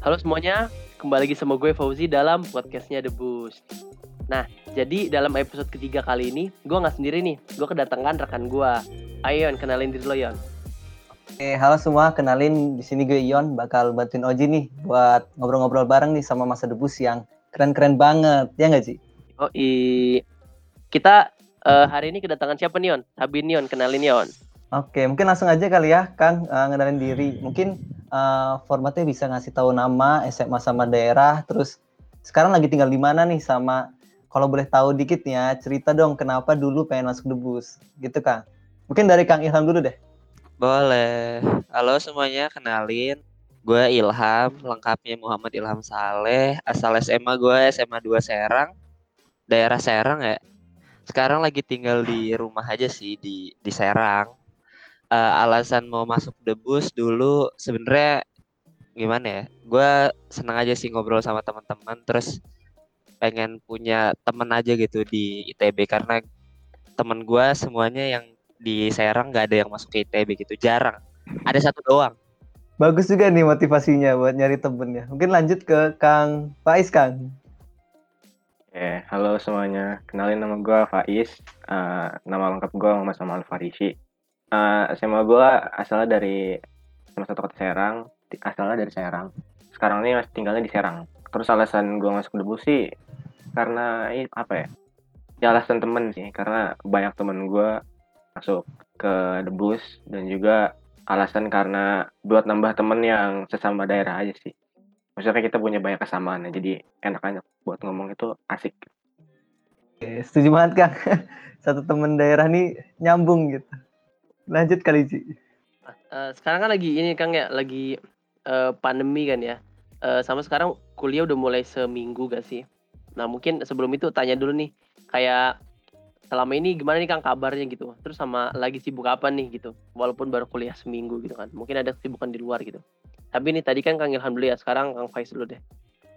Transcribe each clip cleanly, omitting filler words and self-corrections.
Halo semuanya, kembali lagi sama gue Fauzi dalam podcastnya The Boost. Nah, jadi dalam episode ketiga kali ini, gue nggak sendiri nih, gue kedatangan rekan gue. Ayo Yon, kenalin diri lo Yon. Halo semua, kenalin di sini gue Ion, bakal bantuin Oji nih buat ngobrol-ngobrol bareng nih sama Masa Debus yang keren-keren banget, ya nggak Ji? Oh kita hari ini kedatangan siapa nih Yon? Sabin Yon, kenalin Yon. Oke, mungkin langsung aja kali ya, Kang, ngenalin diri. Mungkin formatnya bisa ngasih tahu nama, SMA sama daerah, terus sekarang lagi tinggal di mana nih sama, kalau boleh tahu dikit ya, cerita dong kenapa dulu pengen masuk Debus, gitu Kang. Mungkin dari Kang Ilham dulu deh. Boleh. Halo semuanya, kenalin. Gue Ilham, lengkapnya Muhammad Ilham Saleh. Asal SMA gue SMA 2 Serang, daerah Serang ya. Sekarang lagi tinggal di rumah aja sih di Serang. Alasan mau masuk Debus dulu sebenarnya gimana ya? Gue seneng aja sih ngobrol sama teman-teman. Terus pengen punya temen aja gitu di ITB karena temen gue semuanya yang di Serang gak ada yang masuk ke ITB gitu, jarang. Ada satu doang. Bagus juga nih motivasinya buat nyari temennya. Mungkin lanjut ke Kang Faiz, Kang. Halo semuanya. Kenalin nama gue Faiz. Nama lengkap gue Muhammad Samal Farisi. SMA gue asalnya dari salah satu kota Serang. Asalnya dari Serang. Sekarang ini masih tinggalnya di Serang. Terus alasan gue masuk Debu sih karena apa ya? Ya alasan temen sih. Karena banyak temen gue masuk ke Debus dan juga alasan karena buat nambah temen yang sesama daerah aja sih. Maksudnya kita punya banyak kesamaan ya, jadi enak-enak buat ngomong itu asik. Setuju banget Kang. Satu temen daerah nih nyambung gitu. Lanjut kali Ji. Sekarang kan lagi ini Kang ya, lagi pandemi kan ya. Sama sekarang kuliah udah mulai seminggu gak sih? Nah mungkin sebelum itu tanya dulu nih, kayak selama ini gimana nih Kang kabarnya gitu? Terus sama lagi sibuk apa nih gitu? Walaupun baru kuliah seminggu gitu kan. Mungkin ada kesibukan di luar gitu. Tapi nih tadi kan Kang Ilham dulu ya, sekarang Kang Faiz dulu deh.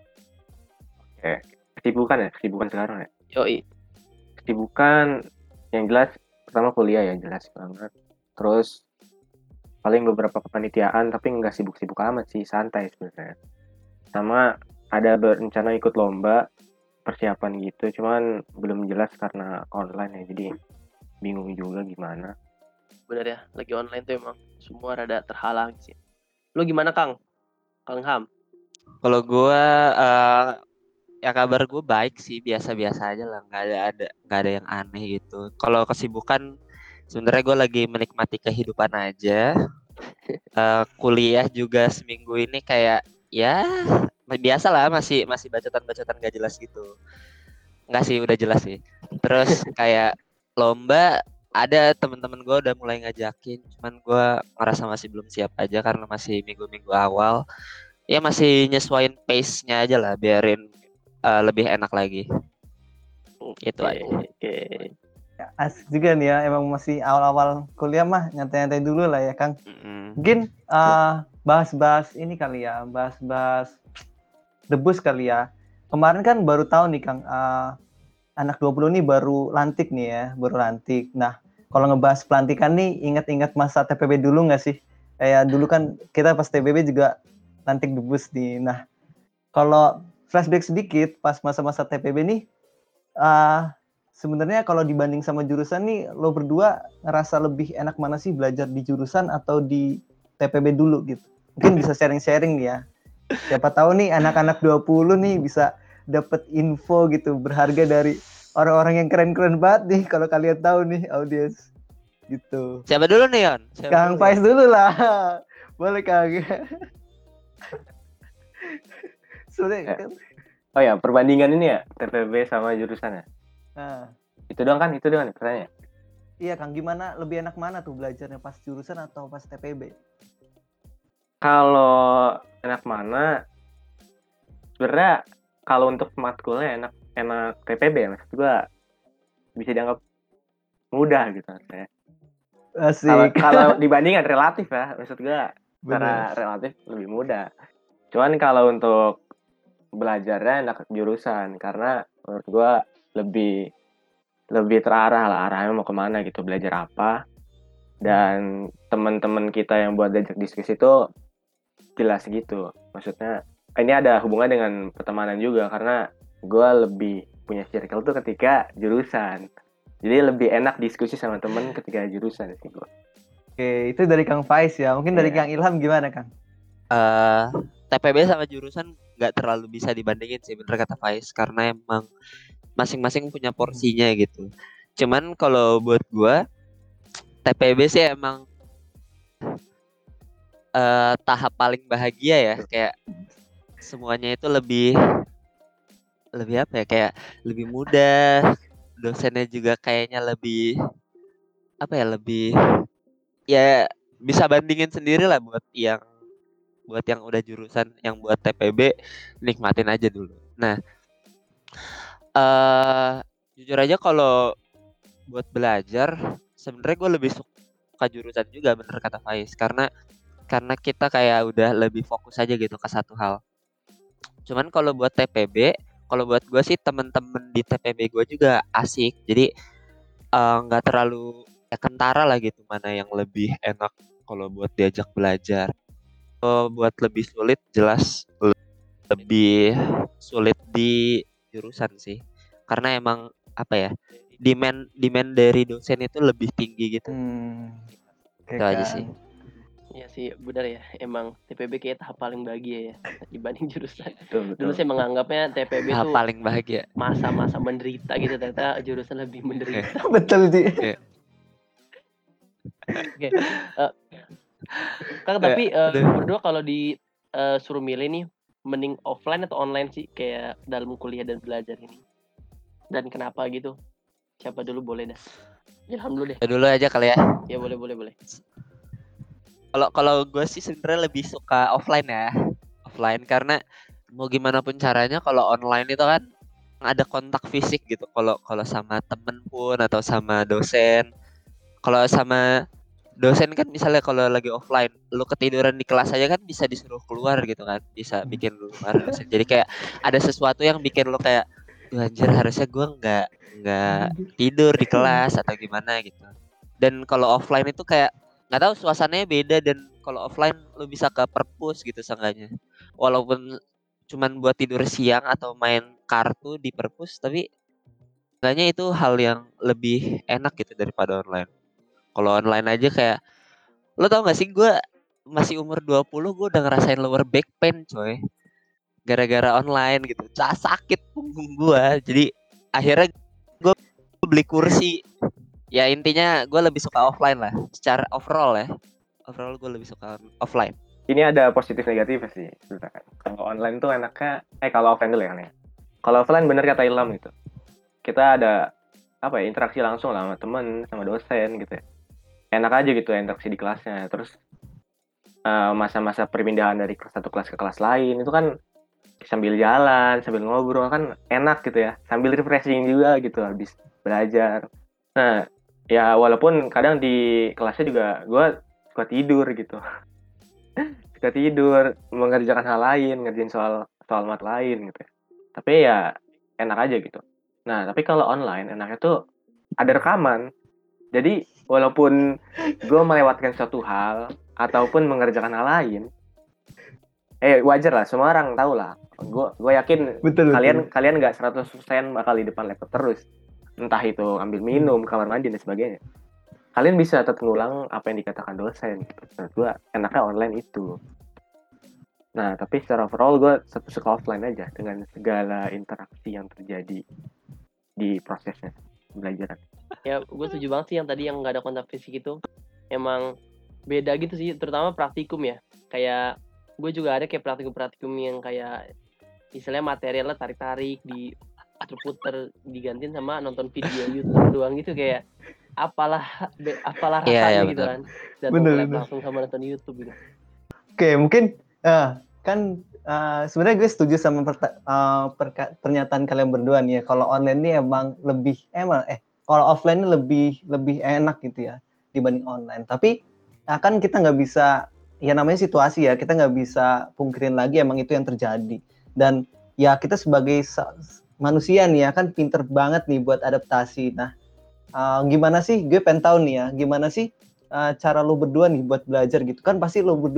Kesibukan sekarang ya. Yoi. Kesibukan yang jelas pertama kuliah ya jelas banget. Terus paling beberapa kepanitiaan tapi nggak sibuk-sibuk amat sih, santai sebenarnya. Sama ada berencana ikut lomba persiapan gitu, cuman belum jelas karena online ya, jadi bingung juga gimana. Bener ya, lagi online tuh emang semua rada terhalang sih. Lu gimana Kang? Kang Ham? Kalau gue ya kabar gue baik sih, biasa-biasa aja lah, nggak ada yang aneh gitu. Kalau kesibukan sebenarnya gue lagi menikmati kehidupan aja. Kuliah juga seminggu ini kayak ya biasa lah, masih masih bacotan-bacotan gak jelas gitu. Enggak sih, udah jelas sih. Terus kayak lomba ada teman-teman gue udah mulai ngajakin, cuman gue ngerasa masih belum siap aja karena masih minggu-minggu awal. Ya masih nyesuaiin pace-nya aja lah, biarin lebih enak lagi. Itu aja. Oke. Asik juga nih ya, emang masih awal-awal kuliah mah nyantai-nyantai dulu lah ya Kang. Mm-mm. Mungkin bahas-bahas ini kali ya, bahas-bahas Debus kali ya. Kemarin kan baru tahu nih Kang, anak 20 nih baru lantik nih ya, baru lantik. Nah, kalau ngebahas pelantikan nih, ingat-ingat masa TPB dulu nggak sih? Kayak dulu kan kita pas TPB juga lantik Debus nih. Nah, kalau flashback sedikit pas masa-masa TPB nih, sebenarnya kalau dibanding sama jurusan nih, lo berdua ngerasa lebih enak mana sih belajar di jurusan atau di TPB dulu gitu? Mungkin bisa sharing-sharing nih ya. Siapa tahu nih anak-anak 20 nih bisa dapat info gitu berharga dari orang-orang yang keren-keren banget nih kalau kalian tahu nih audiens gitu. Siapa dulu nih, Yon? Siapa Kang dulu, Faiz Yon? dulu lah. Boleh Kang. Soalnya Ya. kan, Oh ya, perbandingan ini ya TPB sama jurusan ya. nah, Itu doang kan pertanyaannya. iya Kang, gimana lebih enak mana tuh belajarnya pas jurusan atau pas TPB? Kalau enak mana? Sebenarnya kalau untuk matkulnya enak TPB ya, maksud gua bisa dianggap mudah gitu maksudnya. Asik. Kalau dibandingkan relatif ya, maksud gua Bener. secara relatif lebih mudah. Cuman kalau untuk belajarnya enak jurusan karena menurut gua lebih lebih terarah lah arahnya mau kemana gitu, belajar apa, dan teman-teman kita yang buat diajak diskusi itu jelas gitu, maksudnya ini ada hubungan dengan pertemanan juga, karena gue lebih punya circle tuh ketika jurusan. Jadi lebih enak diskusi sama temen ketika jurusan sih gue. Oke, itu dari Kang Faiz ya. Mungkin dari Iya. Kang Ilham gimana, Kang? TPB sama jurusan nggak terlalu bisa dibandingin sih, bener kata Faiz, karena emang masing-masing punya porsinya gitu. Cuman kalau buat gua TPB sih emang tahap paling bahagia ya, kayak semuanya itu lebih apa ya, kayak lebih mudah, dosennya juga kayaknya lebih apa ya, lebih ya bisa bandingin sendiri lah buat yang udah jurusan, yang buat TPB nikmatin aja dulu. Nah, jujur aja kalau buat belajar sebenarnya gue lebih suka jurusan juga, bener kata Faiz, karena kita kayak udah lebih fokus aja gitu ke satu hal. Cuman kalau buat TPB, kalau buat gue sih temen-temen di TPB gue juga asik, jadi nggak terlalu ya kentara lah gitu mana yang lebih enak kalau buat diajak belajar. Buat lebih sulit jelas lebih sulit di jurusan sih, karena emang apa ya, demand dari dosen itu lebih tinggi gitu. Oke, Itu aja Kang. sih. Iya sih, benar ya. Emang TPB kayak tahap paling bahagia ya dibanding jurusan. Betul. Dulu saya menganggapnya TPB Tahap tuh paling bahagia. masa-masa menderita gitu, ternyata jurusan lebih menderita. Betul sih. Oke. Kang, tapi Aduh. lu berdua kalau suruh milih nih, mending offline atau online sih kayak dalam kuliah dan belajar ini? Dan kenapa gitu? Siapa dulu boleh dah. Ilham dulu deh. Ya dulu aja kali ya. Ya boleh. Kalau gue sih sebenarnya lebih suka offline ya. Offline karena mau gimana pun caranya kalau online itu kan ada kontak fisik gitu. Kalau sama temen pun atau sama dosen. Kalau sama dosen kan misalnya kalau lagi offline, lu ketiduran di kelas aja kan bisa disuruh keluar gitu kan. Bisa bikin lu marah dosen. Jadi kayak ada sesuatu yang bikin lu kayak, "Duh, anjir, harusnya gue nggak tidur di kelas atau gimana gitu." Dan kalau offline itu kayak nggak tahu, suasananya beda, dan kalau offline lu bisa ke perpus gitu seenggaknya. Walaupun cuman buat tidur siang atau main kartu di perpus, tapi seenggaknya itu hal yang lebih enak gitu daripada online. Kalau online aja kayak, lo tau gak sih, gue masih umur 20 gue udah ngerasain lower back pain coy. Gara-gara online gitu. Sakit punggung gue. Jadi akhirnya gue beli kursi. Ya intinya gue lebih suka offline lah. Secara overall ya. Overall gue lebih suka offline. Ini ada positif negatif sih sebenarnya. Kalau online tuh enaknya, kalau offline dulu ya. Kalau offline bener kata Ilham gitu. Kita ada interaksi langsung lah sama temen, sama dosen gitu ya. Enak aja gitu interaksi di kelasnya. Terus masa-masa perpindahan dari satu kelas ke kelas lain itu kan sambil jalan, sambil ngobrol kan enak gitu ya. Sambil refreshing juga gitu habis belajar. Nah, ya walaupun kadang di kelasnya juga gue suka tidur gitu. Suka tidur, mengerjakan hal lain, ngerjain soal mata lain gitu ya. Tapi ya enak aja gitu. Nah, tapi kalau online enaknya tuh ada rekaman. Jadi walaupun gue melewatkan suatu hal ataupun mengerjakan hal lain, wajar lah, semua orang tahu lah. Gue yakin Betul. kalian nggak 100% bakal di depan laptop terus. Entah itu ambil minum, kamar mandi dan sebagainya. Kalian bisa tetap ngulang apa yang dikatakan dosen. Menurut gue enaknya online itu. Nah, tapi secara overall gue suka offline aja dengan segala interaksi yang terjadi di prosesnya belajar. Ya, gue setuju banget sih yang tadi yang nggak ada kontak fisik itu. Emang beda gitu sih, terutama praktikum ya. Kayak gue juga ada kayak praktikum yang kayak istilahnya materialnya tarik-tarik, puter-puter, digantiin sama nonton video YouTube doang gitu, kayak apalah rasanya gitu kan. Datang ke lab langsung sama nonton YouTube gitu. Oke, mungkin kan sebenarnya gue setuju sama pernyataan kalian berdua nih ya. Kalau online ini emang kalau offline ini lebih enak gitu ya dibanding online. Tapi kan kita nggak bisa, ya namanya situasi ya, kita nggak bisa pungkirin lagi emang itu yang terjadi. Dan ya kita sebagai manusia nih ya kan pinter banget nih buat adaptasi. Nah, gimana sih, gue pengen tahu nih ya, gimana sih cara lo berdua nih buat belajar gitu kan? Pasti lo berdua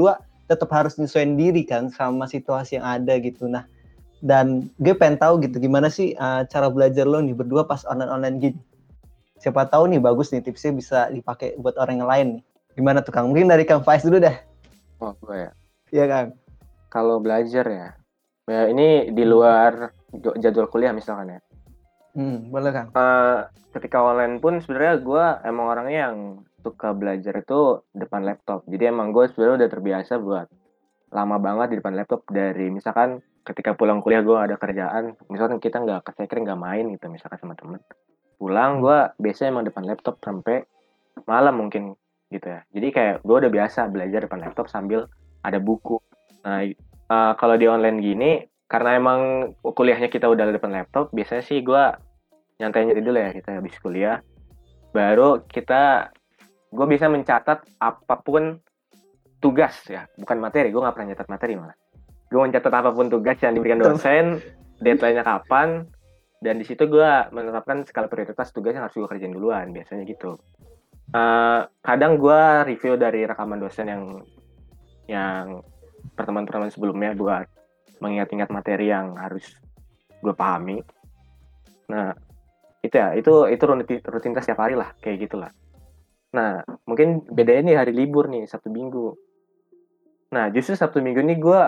tetap harus nyesuaiin diri kan sama situasi yang ada gitu. Nah, dan gue pengen tahu gitu gimana sih cara belajar lo nih berdua pas online gini. Siapa tahu nih bagus nih tipsnya bisa dipakai buat orang yang lain nih. Gimana tuh Kang? Mungkin dari Kang Faiz dulu dah. Oh, gue ya. Iya Kang. Kalau belajar ya, ya ini di luar jadwal kuliah misalkan ya. Boleh Kang. Ketika online pun sebenarnya gue emang orangnya yang suka belajar itu depan laptop. Jadi emang gue sebenarnya udah terbiasa buat lama banget di depan laptop dari misalkan ketika pulang kuliah gue ada kerjaan, misalkan kita nggak main gitu misalkan sama temen. Pulang gue biasanya emang depan laptop sampai malam mungkin gitu ya. Jadi kayak gue udah biasa belajar depan laptop sambil ada buku. Nah, kalau di online gini, karena emang kuliahnya kita udah di depan laptop, biasanya sih gue nyantai-nyantai dulu ya kita habis kuliah. Baru gue bisa mencatat apapun tugas ya, bukan materi. Gue nggak pernah nyatat materi malah. Gue mencatat apapun tugas yang diberikan dosen, deadline-nya kapan, dan di situ gue menetapkan skala prioritas tugas yang harus gue kerjain duluan, biasanya gitu. Kadang gue review dari rekaman dosen yang pertemuan-pertemuan sebelumnya buat mengingat-ingat materi yang harus gue pahami. Nah, itu rutinitas setiap hari lah, kayak gitulah. Nah, mungkin bedanya nih hari libur nih, Sabtu Minggu. Nah, justru Sabtu Minggu nih gue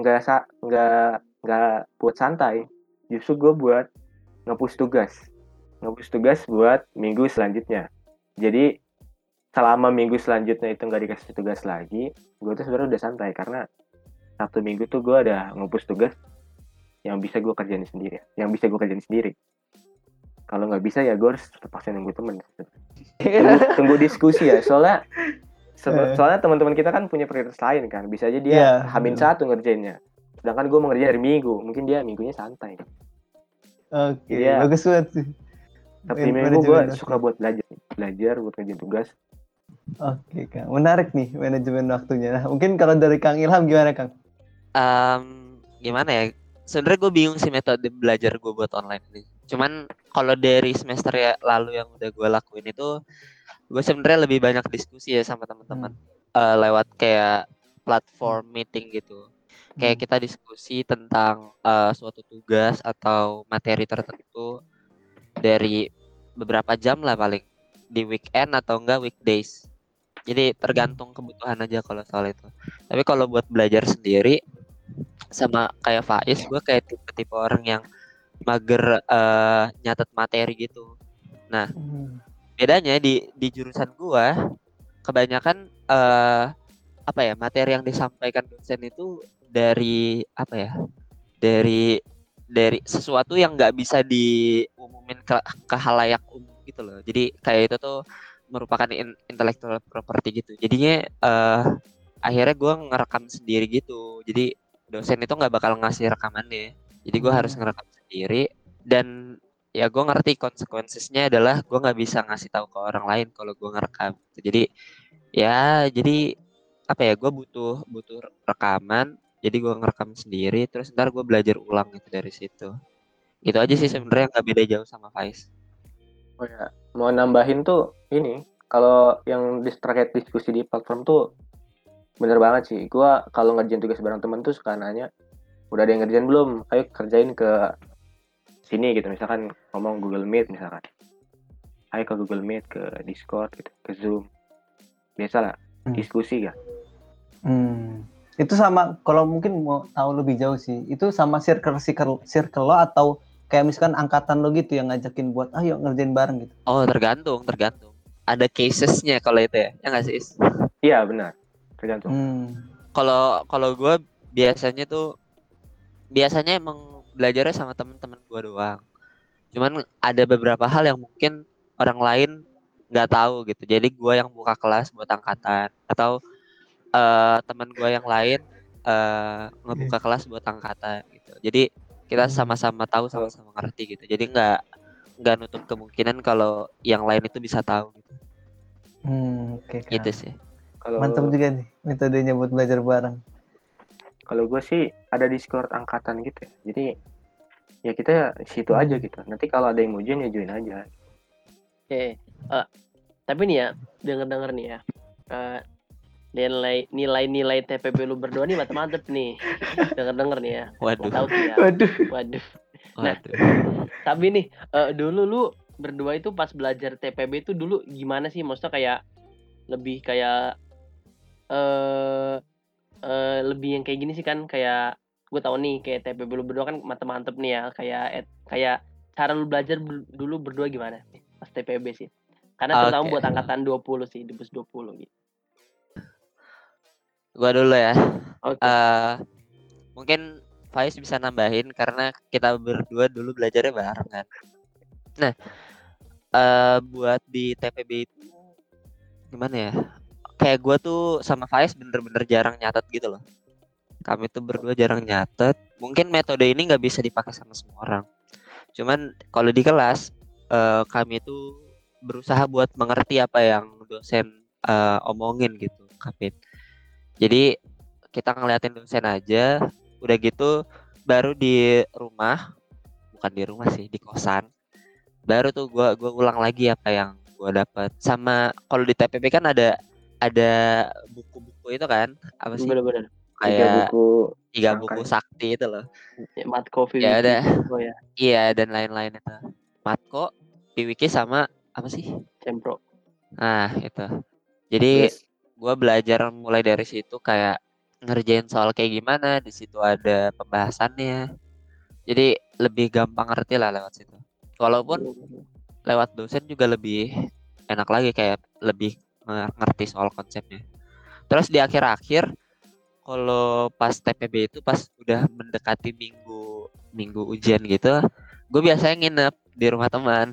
nggak buat santai. Justru gue buat nge-push tugas buat minggu selanjutnya. Jadi selama minggu selanjutnya itu nggak dikasih tugas lagi, gue tuh sebenarnya udah santai karena Sabtu Minggu tuh gue ada nge-push tugas yang bisa gue kerjain sendiri. Kalau nggak bisa ya gue harus terpaksa nunggu temen. Tunggu diskusi ya, soalnya teman-teman kita kan punya prioritas lain kan, bisa aja dia H-1 ngerjainnya, sedangkan gue mau ngerjain hari Minggu, mungkin dia minggunya santai. Oke, bagus banget sih. Sabtu Minggu gue suka buat belajar buat ngerjain tugas. Oke Kang, menarik nih manajemen waktunya. Nah, mungkin kalau dari Kang Ilham gimana Kang? Gimana ya? Sebenarnya gue bingung sih metode belajar gue buat online ini. Cuman kalau dari semester ya lalu yang udah gue lakuin itu, gue sebenarnya lebih banyak diskusi ya sama teman-teman lewat kayak platform meeting gitu. Kayak kita diskusi tentang suatu tugas atau materi tertentu dari beberapa jam lah paling di weekend atau enggak weekdays. Jadi tergantung kebutuhan aja kalau soal itu. Tapi kalau buat belajar sendiri sama kayak Faiz, gue kayak tipe orang yang mager nyatet materi gitu. Nah, bedanya di jurusan gue kebanyakan materi yang disampaikan dosen itu dari dari sesuatu yang nggak bisa diumumin ke halayak umum gitu loh. Jadi kayak itu tuh merupakan intellectual property gitu. Jadinya akhirnya gue ngerekam sendiri gitu. Jadi dosen itu nggak bakal ngasih rekamannya. Jadi gue harus ngerekam sendiri dan ya gue ngerti konsekuensinya adalah gue nggak bisa ngasih tahu ke orang lain kalau gue ngerekam. Jadi gue butuh rekaman. Jadi gue ngerekam sendiri, terus ntar gue belajar ulang gitu dari situ. Itu aja sih sebenarnya nggak beda jauh sama Faiz. Oh ya, mau nambahin tuh ini, kalau yang terkait diskusi di platform tuh bener banget sih. Gue kalau ngerjain tugas bareng temen tuh suka nanya, udah ada yang ngerjain belum? Ayo kerjain ke sini gitu. Misalkan ngomong Google Meet misalkan. Ayo ke Google Meet, ke Discord gitu, ke Zoom. Biasalah diskusi ya. Itu sama, kalau mungkin mau tahu lebih jauh sih, itu sama circle lo atau kayak misalkan angkatan lo gitu yang ngajakin buat ayo ngerjain bareng gitu? Oh, tergantung. Ada casesnya kalau itu ya nggak sih? Iya benar, tergantung. Kalau gue biasanya emang belajarnya sama teman-teman gue doang. Cuman ada beberapa hal yang mungkin orang lain nggak tahu gitu. Jadi gue yang buka kelas buat angkatan atau teman gue yang lain ngebuka kelas buat angkatan gitu. Jadi kita sama-sama tahu, sama-sama ngerti gitu. Jadi nggak nutup kemungkinan kalau yang lain itu bisa tahu gitu. Oke, gitu sih. Mantap juga nih metodenya buat belajar bareng. Kalau gue sih ada Discord angkatan gitu ya. Jadi ya kita situ aja gitu. Nanti kalau ada yang mau join ya join aja. Oke. Tapi nih ya, denger nih ya. nilai TPB lu berdua nih mantep nih. Denger-denger nih ya. Waduh, Nggak tahu sih ya. Waduh. Waduh. Nah, waduh. tapi nih dulu lu berdua itu pas belajar TPB itu dulu gimana sih? Maksudnya kayak lebih kayak eh lebih yang kayak gini sih kan, kayak gue tahu nih kayak TPB lu berdua kan mantep-mantep nih ya, kayak cara lu belajar dulu berdua gimana pas TPB sih? Karena terutama Oke, buat angkatan 20 sih, Debus 20 gitu. gua dulu ya. Oke. Eh mungkin Faiz bisa nambahin karena kita berdua dulu belajarnya bareng kan. Nah, buat di TPB itu gimana ya? Kayak gua tuh sama Faiz bener-bener jarang nyatet gitu loh. Kami tuh berdua jarang nyatet. Mungkin metode ini nggak bisa dipakai sama semua orang. Cuman kalau di kelas kami tuh berusaha buat mengerti apa yang dosen omongin gitu, Kapit. Jadi kita ngeliatin dosen aja, udah gitu baru di rumah, bukan di rumah sih, di kosan. Baru tuh gua ulang lagi apa yang gua dapat. Sama kalau di TPB kan ada buku-buku itu kan, apa sih? Bener-bener. 3 Kayak buku 3 buku rangkai. sakti itu loh. Ya, Matko, Ya Wiki, udah, Sempro ya, iya dan lain-lain itu. Matko, Piwiki sama apa sih? Sempro. Nah, itu. Jadi Terus gua belajar mulai dari situ kayak ngerjain soal kayak gimana, di situ ada pembahasannya. Jadi lebih gampang ngerti lah lewat situ. Walaupun lewat dosen juga lebih enak lagi kayak lebih ngerti soal konsepnya. Terus di akhir-akhir kalau pas TPB itu pas udah mendekati minggu ujian gitu, gue biasanya nginep di rumah teman.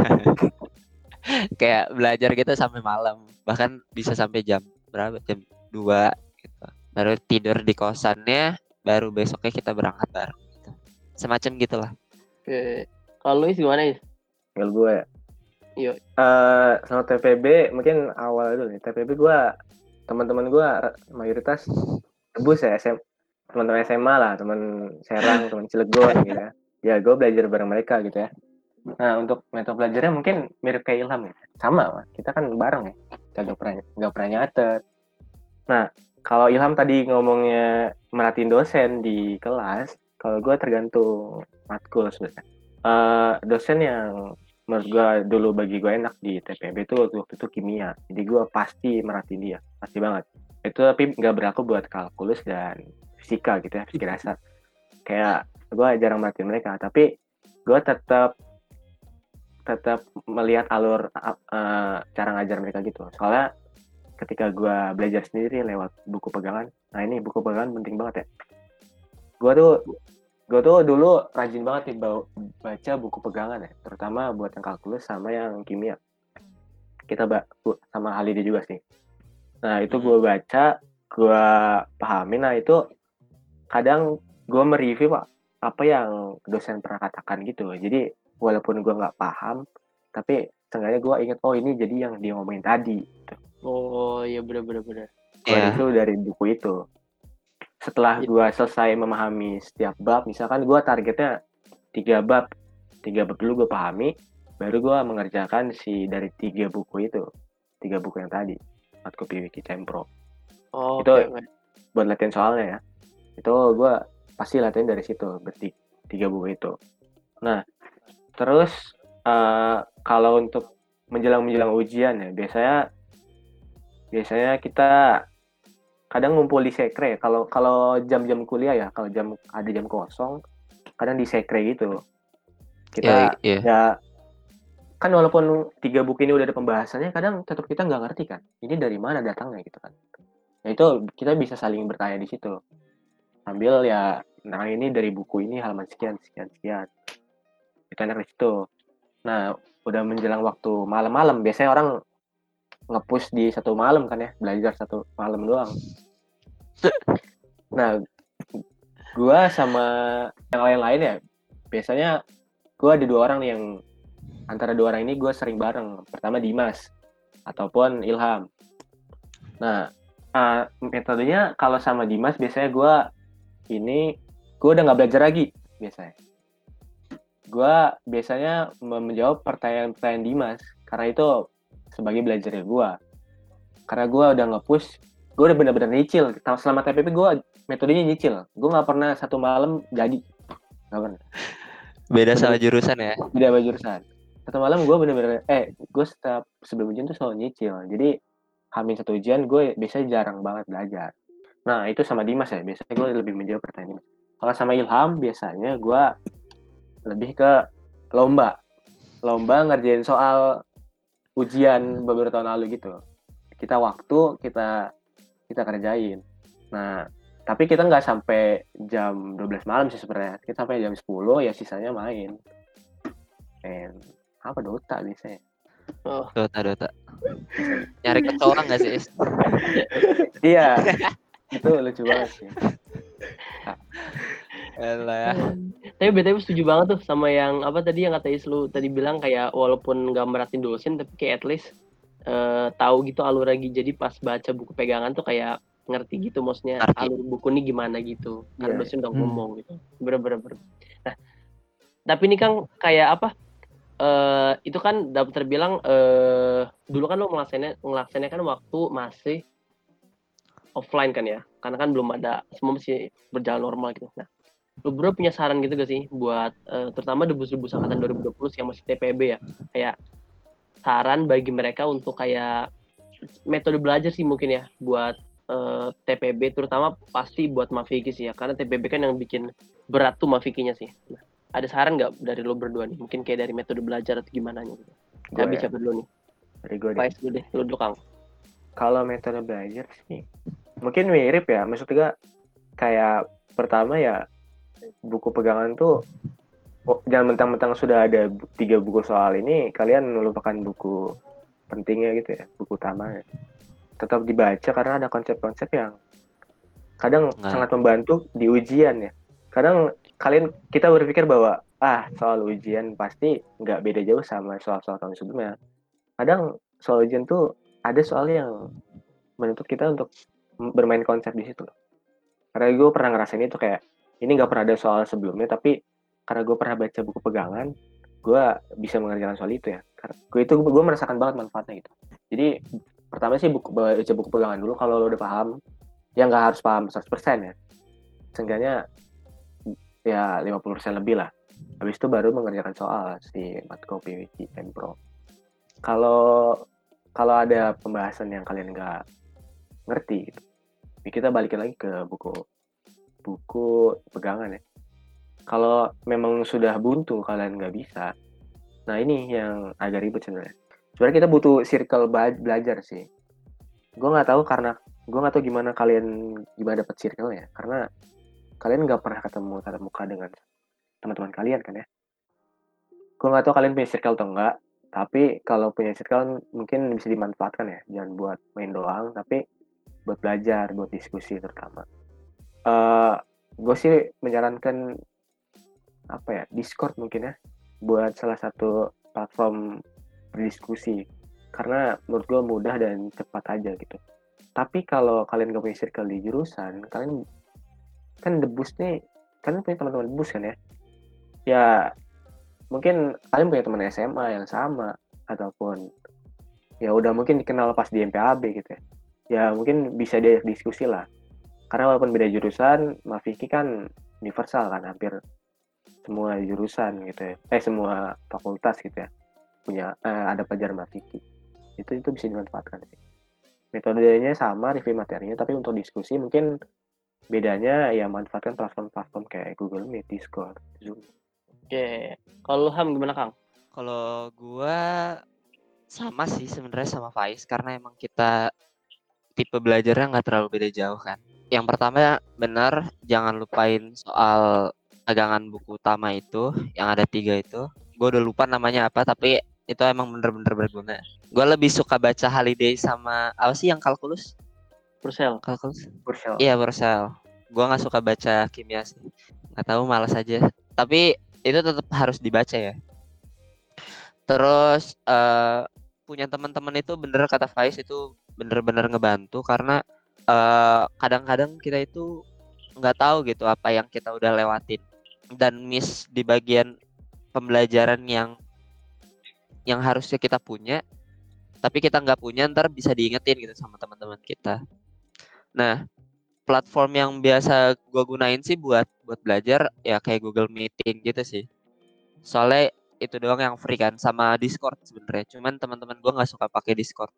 Kayak belajar gitu sampai malam, bahkan bisa sampai jam berapa? Jam 2 gitu. Baru tidur di kosannya, baru besoknya kita berangkat bareng gitu. Semacam gitulah. Oke. Kalau Luis gimana ya? tinggal gue ya. Iya. Sama TPB mungkin awal dulu nih. TPB gue teman-teman gue mayoritas tebus ya, teman-teman SMA lah, teman Serang, teman Cilegon gitu ya. Ya gue belajar bareng mereka gitu ya. Nah untuk metode belajarnya mungkin mirip kayak Ilham ya, sama kita kan bareng ya, kita nggak pernah nyatet. Nah kalau Ilham tadi ngomongnya merhatiin dosen di kelas, kalau gue tergantung matkul sebenarnya. Dosen yang menurut gue dulu bagi gue enak di TPB itu waktu itu kimia, jadi gue pasti merhatiin dia, pasti banget. Itu tapi nggak berlaku buat kalkulus dan fisika gitu ya, fisika dasar. Kayak gue jarang merhatiin mereka, tapi gue tetap melihat alur cara ngajar mereka gitu. Soalnya ketika gue belajar sendiri lewat buku pegangan, nah ini buku pegangan penting banget ya. Gue tuh dulu rajin banget nih baca buku pegangan ya, terutama buat yang kalkulus sama yang kimia. Kita sama Halidi juga sih. Nah itu gue baca, gue pahami. Nah itu kadang gue mereview apa yang dosen pernah katakan gitu. Jadi walaupun gue nggak paham, tapi seenggaknya gue inget, oh ini jadi yang dia ngomongin tadi gitu. Oh iya, bener. Gue Iya. review dari buku itu. Setelah gue selesai memahami setiap bab, misalkan gue targetnya 3 bab dulu gue pahami, baru gue mengerjakan dari 3 buku itu, 3 buku yang tadi, Matko, Piwiki, Sempro. Oh, Itu oke. buat latihan soalnya ya. Itu gue pasti latihan dari situ, berarti 3 buku itu. Nah, terus kalau untuk menjelang ujian ya, biasanya kita kadang ngumpul di sekre. Kalau jam-jam kuliah ya, kalau ada jam kosong, kadang di sekre gitu. Kita ya kan walaupun 3 buku ini udah ada pembahasannya, kadang tetap kita nggak ngerti kan, ini dari mana datangnya gitu kan. Nah itu kita bisa saling bertanya di situ. Ambil ya, nah ini dari buku ini halaman sekian. Kita enak di situ. Nah, udah menjelang waktu malam-malam, biasanya orang nge-push di 1 malam kan ya, belajar 1 malam doang. Nah, gua sama yang lain-lain ya, biasanya gua ada 2 orang nih yang antara 2 orang ini gue sering bareng. Pertama Dimas ataupun Ilham. Nah, metodenya kalau sama Dimas biasanya gue udah nggak belajar lagi biasanya. Gue biasanya menjawab pertanyaan-pertanyaan Dimas karena itu sebagai belajarnya gue. Karena gue udah nge-push gue udah bener-bener nyicil. Selama TPP gue metodenya nyicil. Gue nggak pernah satu malam jadi, nggak pernah. Beda sama Bener-bener jurusan ya. beda sama jurusan. Satu malam gue bener-bener, gue setiap sebelum ujian tuh selalu nyicil. Jadi hamin satu ujian gue biasanya jarang banget belajar. Nah itu sama Dimas ya, biasanya gue lebih menjawab pertanyaan Dimas. Kalau sama Ilham biasanya gue lebih ke lomba ngerjain soal ujian beberapa tahun lalu gitu. Kita waktu kita kerjain. Nah tapi kita nggak sampai jam 12 malam sih sebenarnya. Kita sampai jam 10 ya, sisanya main apa Dota biasanya. Oh, Dota. Nyari kecoa nggak sih? Iya, itu lucu banget sih. Elah. tapi BTW setuju banget tuh sama yang apa tadi yang kata Islu tadi bilang, kayak walaupun nggak meratin dosen tapi kayak at least tahu gitu alur lagi. Jadi pas baca buku pegangan tuh kayak ngerti gitu maksudnya Ngerti. alur buku ini gimana gitu. Karena Iya. dosen udah ngomong gitu. Bener. Nah, tapi ini kan kayak apa? Itu kan dapat terbilang dulu kan lo ngelaksanainnya kan waktu masih offline kan ya, karena kan belum ada, semua masih berjalan normal gitu. Nah, lu bro punya saran gitu gak sih buat terutama debus-debus angkatan 2020 yang masih TPB ya, kayak saran bagi mereka untuk kayak metode belajar sih mungkin ya buat TPB, terutama pasti buat Mafiki sih ya, karena TPB kan yang bikin berat tuh Mafikinya sih. Nah, ada saran nggak dari lo berdua nih, mungkin kayak dari metode belajar atau gimana gitu? Tapi siapa dulu nih? Dari gue deh. Faiz dulu deh, lu dulu Kang. Kalau metode belajar sih mungkin mirip ya, maksudnya kayak pertama ya buku pegangan tuh jangan mentang-mentang sudah ada 3 buku soal ini kalian melupakan buku pentingnya gitu ya, buku utamanya. Tetap dibaca karena ada konsep-konsep yang kadang sangat membantu di ujian ya. Kadang kita berpikir bahwa soal ujian pasti nggak beda jauh sama soal-soal tahun sebelumnya. Kadang soal ujian tuh ada soal yang menuntut kita untuk bermain konsep di situ. Karena gue pernah ngerasain itu, kayak ini nggak pernah ada soal sebelumnya, tapi karena gue pernah baca buku pegangan, gue bisa mengerjakan soal itu ya. Karena gue merasakan banget manfaatnya gitu. Jadi pertama sih baca buku pegangan dulu kalau lo udah paham, ya nggak harus paham 100% ya. Seenggaknya ya 50% lebih lah. Habis itu baru mengerjakan soal si Matko, PWC, dan Pro. Kalau ada pembahasan yang kalian nggak ngerti gitu, kita balikin lagi ke buku pegangan ya. Kalau memang sudah buntu kalian nggak bisa, nah ini yang agak ribet sebenarnya. Sebenarnya kita butuh circle belajar sih. Gue nggak tahu gimana dapat circle ya, karena kalian nggak pernah ketemu tatap muka dengan teman-teman kalian kan ya. Gue nggak tahu kalian punya circle atau enggak, tapi kalau punya circle mungkin bisa dimanfaatkan ya, jangan buat main doang, tapi buat belajar, buat diskusi terutama. Gue sih menyarankan Discord mungkin ya, buat salah satu platform berdiskusi, karena menurut gue mudah dan cepat aja gitu. Tapi kalau kalian gak punya circle di jurusan, kalian kan debus nih, kalian punya teman-teman debus kan ya, ya mungkin kalian punya teman SMA yang sama, ataupun ya udah mungkin dikenal pas di MPAB gitu ya mungkin bisa diajak diskusi lah. Karena walaupun beda jurusan, Mafiki kan universal kan, hampir semua jurusan gitu ya, semua fakultas gitu ya punya ada pelajaran Mafiki. Itu bisa dimanfaatkan sih. Metodenya sama, review materinya, tapi untuk diskusi mungkin bedanya ya manfaatkan platform-platform kayak Google Meet, Discord, Zoom. Oke, kalau Ham gimana Kang? Kalau gua sama sih sebenarnya sama Faiz, karena emang kita tipe belajarnya nggak terlalu beda jauh kan. Yang pertama benar, jangan lupain soal pegangan buku utama itu yang ada 3 itu. Gue udah lupa namanya apa, tapi itu emang bener-bener berguna. Gue lebih suka baca Holiday sama apa sih yang kalkulus? Purcell. Iya, Purcell. Gue nggak suka baca kimia sih, nggak tahu, malas aja. Tapi itu tetap harus dibaca ya. Terus punya teman-teman itu bener kata Faiz, itu bener-bener ngebantu, karena kadang-kadang kita itu nggak tahu gitu apa yang kita udah lewatin dan miss di bagian pembelajaran yang harusnya kita punya, tapi kita nggak punya, ntar bisa diingetin gitu sama teman-teman kita. Nah, platform yang biasa gua gunain sih buat belajar ya kayak Google Meeting gitu sih. Soalnya itu doang yang free kan sama Discord sebenarnya. Cuman teman-teman gua nggak suka pakai Discord.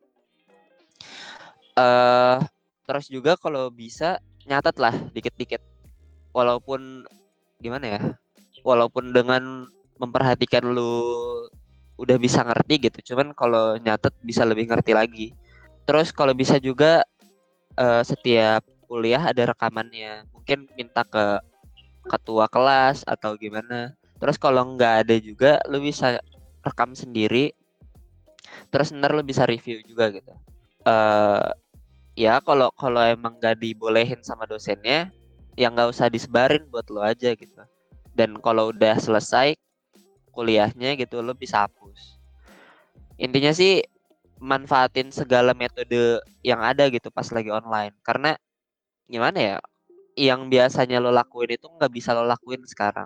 Eh terus juga kalau bisa nyatet lah dikit-dikit. Walaupun gimana ya? Walaupun dengan memperhatikan lu udah bisa ngerti gitu. Cuman kalau nyatet bisa lebih ngerti lagi. Terus kalau bisa juga setiap kuliah ada rekamannya. Mungkin minta ke ketua kelas atau gimana. Terus kalau nggak ada juga lu bisa rekam sendiri. Terus ntar lu bisa review juga gitu. eh Ya kalau kalau emang nggak dibolehin sama dosennya, ya nggak usah disebarin buat lo aja gitu. Dan kalau udah selesai kuliahnya gitu, lo bisa hapus. Intinya sih manfaatin segala metode yang ada gitu pas lagi online. Karena gimana ya, yang biasanya lo lakuin itu nggak bisa lo lakuin sekarang.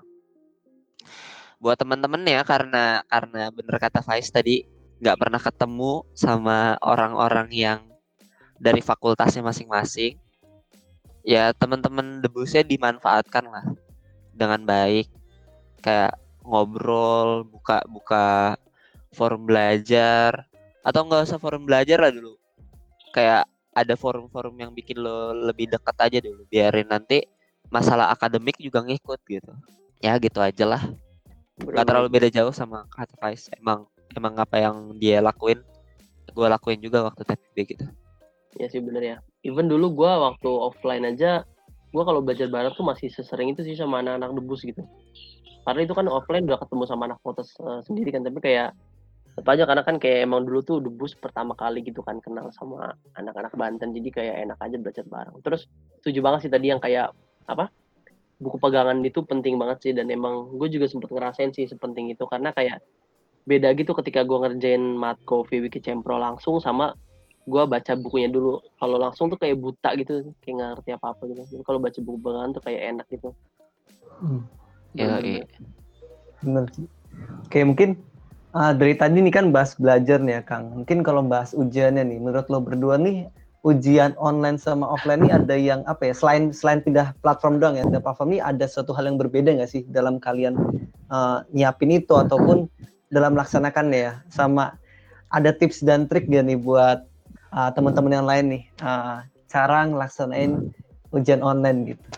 Buat temen-temen ya, karena bener kata Faiz tadi, nggak pernah ketemu sama orang-orang yang dari fakultasnya masing-masing. Ya teman-teman debusnya dimanfaatkan lah dengan baik, kayak ngobrol, buka forum belajar, atau nggak usah forum belajar lah dulu, kayak ada forum-forum yang bikin lo lebih dekat aja dulu, biarin nanti masalah akademik juga ngikut gitu. Ya gitu aja lah, nggak terlalu Bener-bener. beda jauh sama kata Faiz. Emang apa yang dia lakuin gue lakuin juga waktu TPB gitu. Ya sih bener ya. Even dulu gue waktu offline aja, gue kalau belajar bareng tuh masih sesering itu sih sama anak-anak debus gitu. Karena itu kan offline udah ketemu sama anak fotos sendiri kan, tapi kayak tetap aja karena kan kayak emang dulu tuh debus pertama kali gitu kan kenal sama anak-anak Banten, jadi kayak enak aja belajar bareng. Terus setuju banget sih tadi yang kayak apa, buku pegangan itu penting banget sih, dan emang gue juga sempet ngerasain sih sepenting itu, karena kayak beda gitu ketika gue ngerjain matko Wiki Cempro langsung sama gue baca bukunya dulu. Kalau langsung tuh kayak buta gitu, kayak nggak ngerti apa-apa gitu. Jadi kalau baca buku pegangan tuh kayak enak gitu. Hmm, Ya, Bener-bener. bener sih. Oke, mungkin dari tadi nih kan bahas belajar nih ya, Kang. Mungkin kalau bahas ujiannya nih, menurut lo berdua nih, ujian online sama offline nih ada yang apa ya? Selain pindah platform doang ya, pindah platform ini ada suatu hal yang berbeda nggak sih dalam kalian nyiapin itu ataupun dalam melaksanakannya ya? Sama ada tips dan trik gak nih buat teman-teman yang lain nih, cara ngelaksanain ujian online gitu?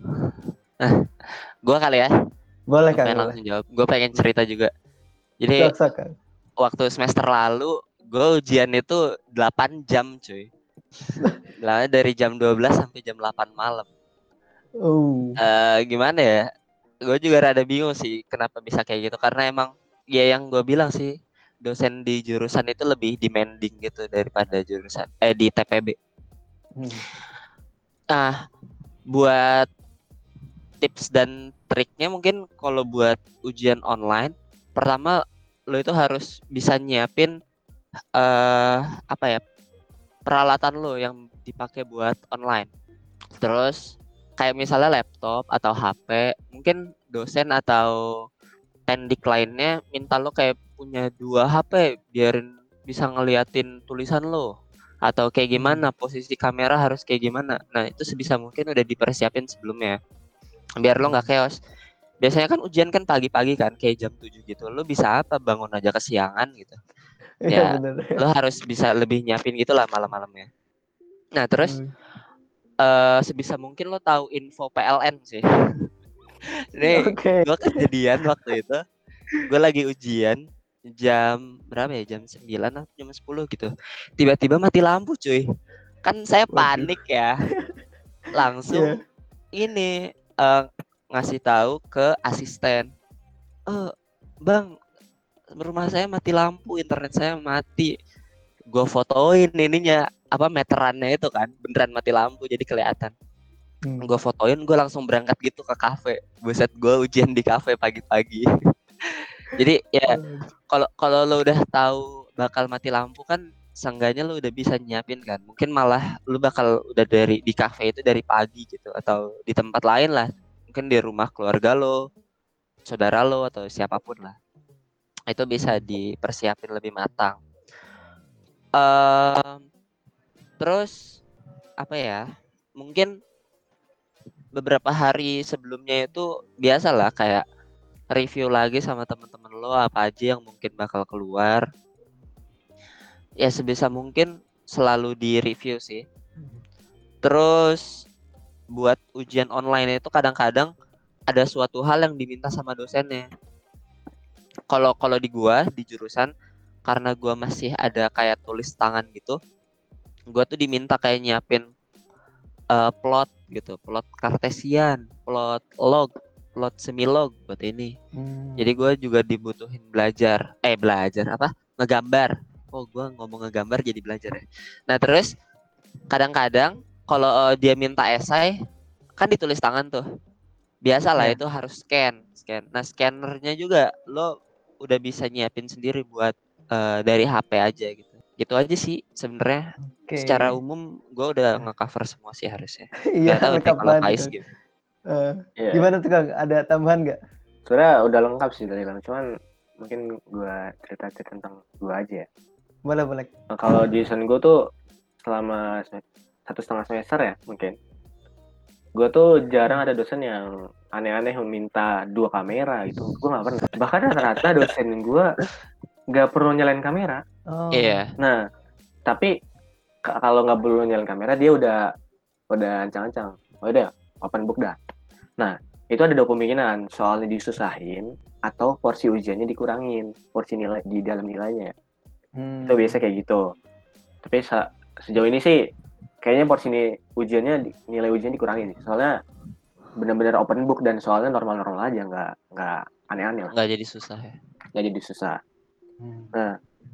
Gue kali ya, Boleh gue Kang, pengen boleh. langsung jawab, gue pengen cerita juga. Jadi Sok-sok Kang. waktu semester lalu gue ujian itu 8 jam cuy. Dari jam 12 sampai jam 8 malam. Oh. Gimana ya? Gue juga rada bingung sih kenapa bisa kayak gitu. Karena emang ya yang gue bilang sih, dosen di jurusan itu lebih demanding gitu daripada jurusan di TPB. Hmm. Nah, buat tips dan triknya mungkin kalau buat ujian online, pertama lo itu harus bisa nyiapin apa ya, peralatan lo yang dipakai buat online. Terus kayak misalnya laptop atau HP, mungkin dosen atau tendik lainnya minta lo kayak punya 2 HP biarin bisa ngeliatin tulisan lo, atau kayak gimana posisi kamera harus kayak gimana. Nah itu sebisa mungkin udah dipersiapin sebelumnya biar lo nggak chaos. Biasanya kan ujian kan pagi-pagi kan, kayak jam 7 gitu. Lo bisa apa, bangun aja kesiangan gitu. Iya Ya bener. lo harus bisa lebih nyiapin gitu lah malam-malamnya. Nah terus sebisa mungkin lo tahu info PLN sih. Ini Oke. gue kejadian waktu itu, gue lagi ujian jam berapa ya, jam 9 atau jam 10 gitu. Tiba-tiba mati lampu cuy. Kan saya Waduh. panik ya. Iya. Langsung ini ngasih tahu ke asisten. Bang, rumah saya mati lampu, internet saya mati. Gue fotoin ininya, apa meterannya itu kan, beneran mati lampu jadi kelihatan. Gue fotoin, gue langsung berangkat gitu ke kafe. Buset, gue ujian di kafe pagi-pagi. Jadi ya kalau lo udah tahu bakal mati lampu kan, seenggaknya lo udah bisa nyiapin kan. Mungkin malah lo bakal udah di kafe itu dari pagi gitu, atau di tempat lain lah. Mungkin di rumah keluarga lo, saudara lo, atau siapapun lah. Itu bisa dipersiapin lebih matang. Terus apa ya? mungkin beberapa hari sebelumnya itu biasalah kayak review lagi sama teman-teman lo apa aja yang mungkin bakal keluar. Ya sebisa mungkin selalu di review sih. Terus buat ujian online itu kadang-kadang ada suatu hal yang diminta sama dosennya. Kalau di gua di jurusan, karena gua masih ada kayak tulis tangan gitu, gua tuh diminta kayak nyiapin plot gitu, plot kartesian, plot log, plot semilog buat ini. Jadi gue juga dibutuhin belajar apa? Ngegambar. Oh, gue ngomong ngegambar jadi belajar ya. Nah, terus kadang-kadang kalau dia minta esai kan ditulis tangan tuh. Biasalah Ya. itu harus scan. Nah, scannernya juga lo udah bisa nyiapin sendiri buat dari HP aja gitu. Gitu aja sih sebenarnya. Oke. Secara umum gue udah nge-cover semua sih harusnya. Iya, Gak tahu nih lengkap kalau banget Faiz itu. gitu. Iya. Gimana tuh Kang? Ada tambahan nggak? Sebenarnya udah lengkap sih dari Bang, cuman mungkin gue cerita tentang gue aja ya. Boleh. Nah, kalau di jurusan gue tuh selama 1,5 semester ya mungkin, gue tuh jarang ada dosen yang aneh-aneh meminta 2 kamera gitu. Gue nggak pernah. Bahkan rata-rata dosen gue nggak perlu nyalain kamera. Oh. Iya. Nah, tapi kalau nggak perlu nyalain kamera dia udah ancang-ancang. Oh, udah open book dah. Nah, itu ada 2 kemungkinan, soalnya disusahin atau porsi ujiannya dikurangin, porsi nilai di dalam nilainya. Itu biasa kayak gitu. Tapi sejauh ini sih kayaknya porsi nilai ujian dikurangin. Soalnya benar-benar open book dan soalnya normal-normal aja, nggak aneh-aneh lah. Nggak jadi susah ya. Nggak jadi susah. Nah,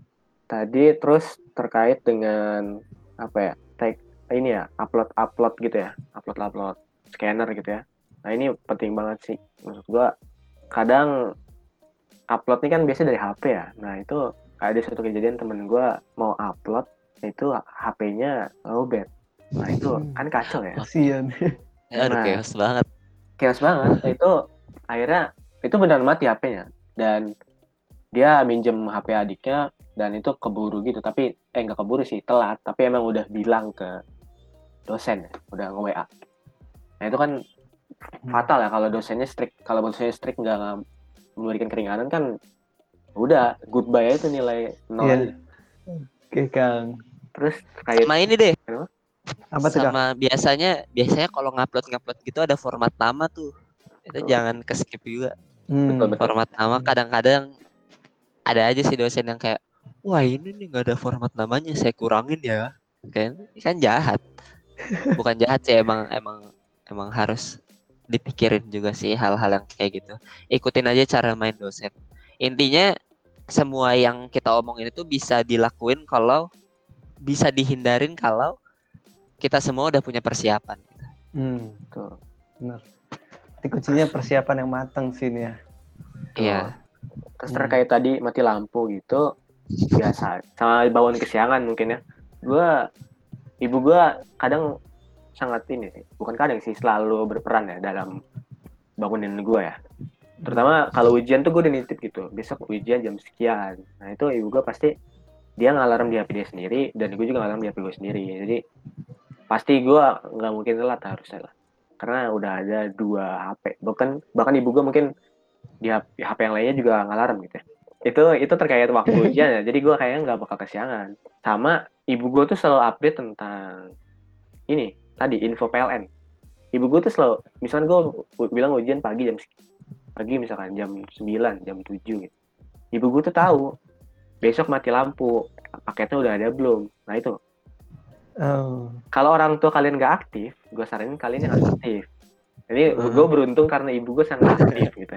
tadi terus terkait dengan apa ya? Ini ya, upload gitu ya. Upload scanner gitu ya. Nah, ini penting banget sih. Maksud gua kadang upload ini kan biasa dari HP ya. Nah, itu ada suatu kejadian temen gua mau upload itu HP-nya lowbat. Nah, itu kan kacau ya. Kasian. Aduh, Nah, chaos banget. chaos banget. Nah, itu akhirnya itu benar mati HP-nya dan dia minjem HP adiknya dan itu keburu gitu. Tapi nggak keburu sih, telat. Tapi emang udah bilang ke dosen ya, udah nge-WA. Nah, itu kan fatal ya kalau dosennya strict. Kalau dosennya strict nggak memberikan keringanan kan udah goodbye aja itu nilai 0 Iya. aja. Oke Kang. Terus kayak Sama ini deh. Apa tuh Kang? Sama biasanya kalau ngupload gitu ada format nama tuh. Itu jangan ke skip juga. betul. Format nama kadang-kadang ada aja sih dosen yang kayak, wah ini nih nggak ada format namanya, saya kurangin ya. Kan jahat. Bukan jahat sih, emang harus dipikirin juga sih hal-hal yang kayak gitu. Ikutin aja cara main dosen. Intinya semua yang kita omongin itu bisa dilakuin kalau bisa dihindarin kalau kita semua udah punya persiapan. Betul. Benar. Tapi kuncinya persiapan yang matang sih ini ya. Iya. Terus terkait tadi mati lampu gitu biasa sama bawaan kesiangan mungkin ya. Ibu gua kadang sangat ini sih, bukan kadang sih, selalu berperan ya dalam bangunin gue ya. Terutama kalau ujian tuh gue udah nitip gitu, besok ujian jam sekian. Nah itu ibu gue pasti dia ngalarm di HP dia sendiri dan gue juga ngalarm di HP gue sendiri. Jadi pasti gue nggak mungkin telat harusnya lah, karena udah ada 2 HP. Bahkan ibu gue mungkin di HP yang lainnya juga ngalarm gitu ya. Itu terkait waktu ujian ya. Jadi gue kayaknya nggak bakal kesiangan. Sama ibu gue tuh selalu update tentang ini tadi info PLN. Ibu gue tuh selalu, misalkan gue bilang ujian pagi misalkan jam 9, jam 7 gitu. Ibu gue tuh tahu besok mati lampu, paketnya udah ada belum. Nah itu. Kalau orang tua kalian nggak aktif, gue saranin kalian yang aktif. Jadi gue beruntung karena ibu gue sangat aktif gitu.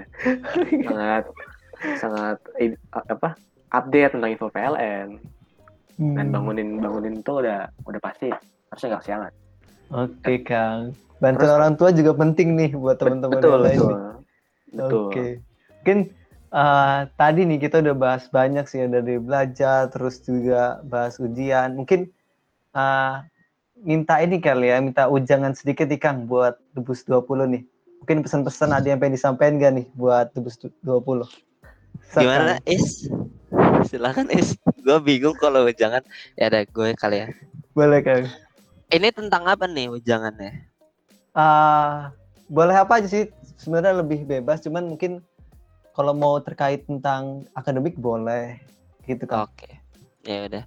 sangat update tentang info PLN. Dan bangunin tuh udah pasti harusnya nggak kesiangan. Oke Kang, bantuan orang tua juga penting nih buat teman-teman yang lain. Betul. Oke, mungkin tadi nih kita udah bahas banyak sih, dari belajar, terus juga bahas ujian. Mungkin minta ini kali ya, minta ujangan sedikit nih Kang buat Debus 20 nih. Mungkin pesan-pesan ada yang pengen disampaikan gak nih buat Debus 20? Gimana Is? Silakan Is. Gue bingung kalau ujangan. Ya ada gue kali ya. Boleh Kang. Ini tentang apa nih wejangannya? Boleh apa aja sih, sebenarnya lebih bebas, cuman mungkin kalau mau terkait tentang akademik boleh gitu kan. Oke. Ya udah.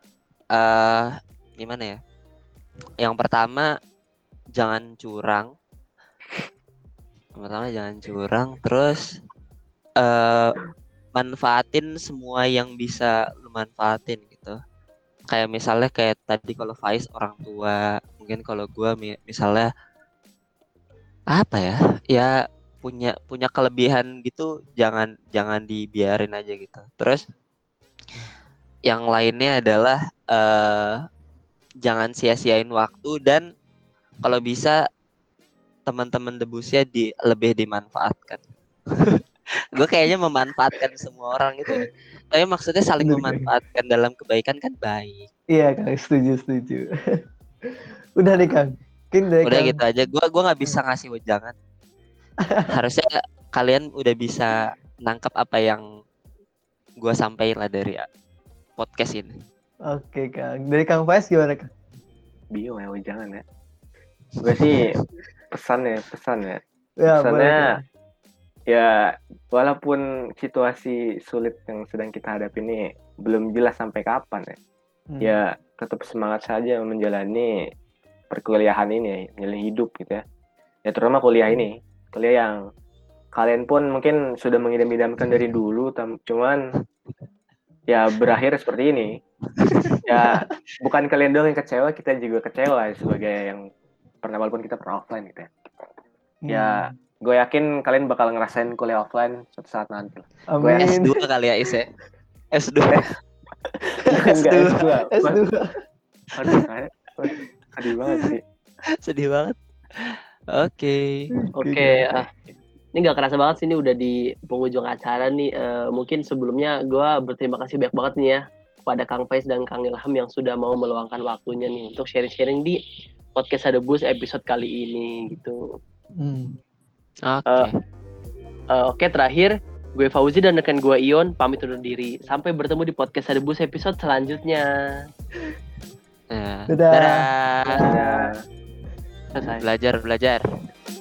Gimana ya? Yang pertama jangan curang. Terus manfaatin semua yang bisa lu manfaatin gitu. Kayak misalnya kayak tadi kalau Faiz orang tua, mungkin kalau gua misalnya apa ya? Ya punya kelebihan gitu, jangan dibiarin aja gitu. Terus yang lainnya adalah jangan sia-siain waktu, dan kalau bisa teman-teman debusnya lebih dimanfaatkan. Gue kayaknya memanfaatkan semua orang gitu ya. Tapi maksudnya saling Bener, Kang. memanfaatkan dalam kebaikan kan baik. Iya Kang, setuju. Udah nih Kang, mungkin dari Udah Kang. gitu aja. Gue nggak bisa ngasih wejangan. Harusnya kalian udah bisa nangkep apa yang gue sampaikan lah dari podcast ini. Oke Kang, dari Kang Faiz gimana Kang? Bio ya, jangan ya. Gue sih pesan ya. Ya, boleh Pesannya Kang. ya, walaupun situasi sulit yang sedang kita hadapi ini belum jelas sampai kapan ya. Ya tetap semangat saja menjalani perkuliahan ini, menjalani hidup gitu ya. Ya terutama kuliah ini, kuliah yang kalian pun mungkin sudah mengidam-idamkan dari dulu, cuman ya berakhir seperti ini. Ya bukan kalian doang yang kecewa, kita juga kecewa sebagai yang walaupun kita pernah offline gitu ya. Ya gue yakin kalian bakal ngerasain kuliah offline suatu saat nanti. Gue Amin. S2 kali ya Is ya. S2. Enggak S2. S2. Aduh, sedih banget sih. Sedih banget. Oke. Ini nggak kerasa banget sih, ini udah di penghujung acara nih. Mungkin sebelumnya gue berterima kasih banyak banget nih ya kepada Kang Faiz dan Kang Ilham yang sudah mau meluangkan waktunya nih untuk sharing-sharing di podcast Adebus episode kali ini gitu. Oke, terakhir gue Fauzi dan rekan gue Ion pamit undur diri. Sampai bertemu di podcast Adebus episode selanjutnya. Dadah. Ya. Selesai. Belajar.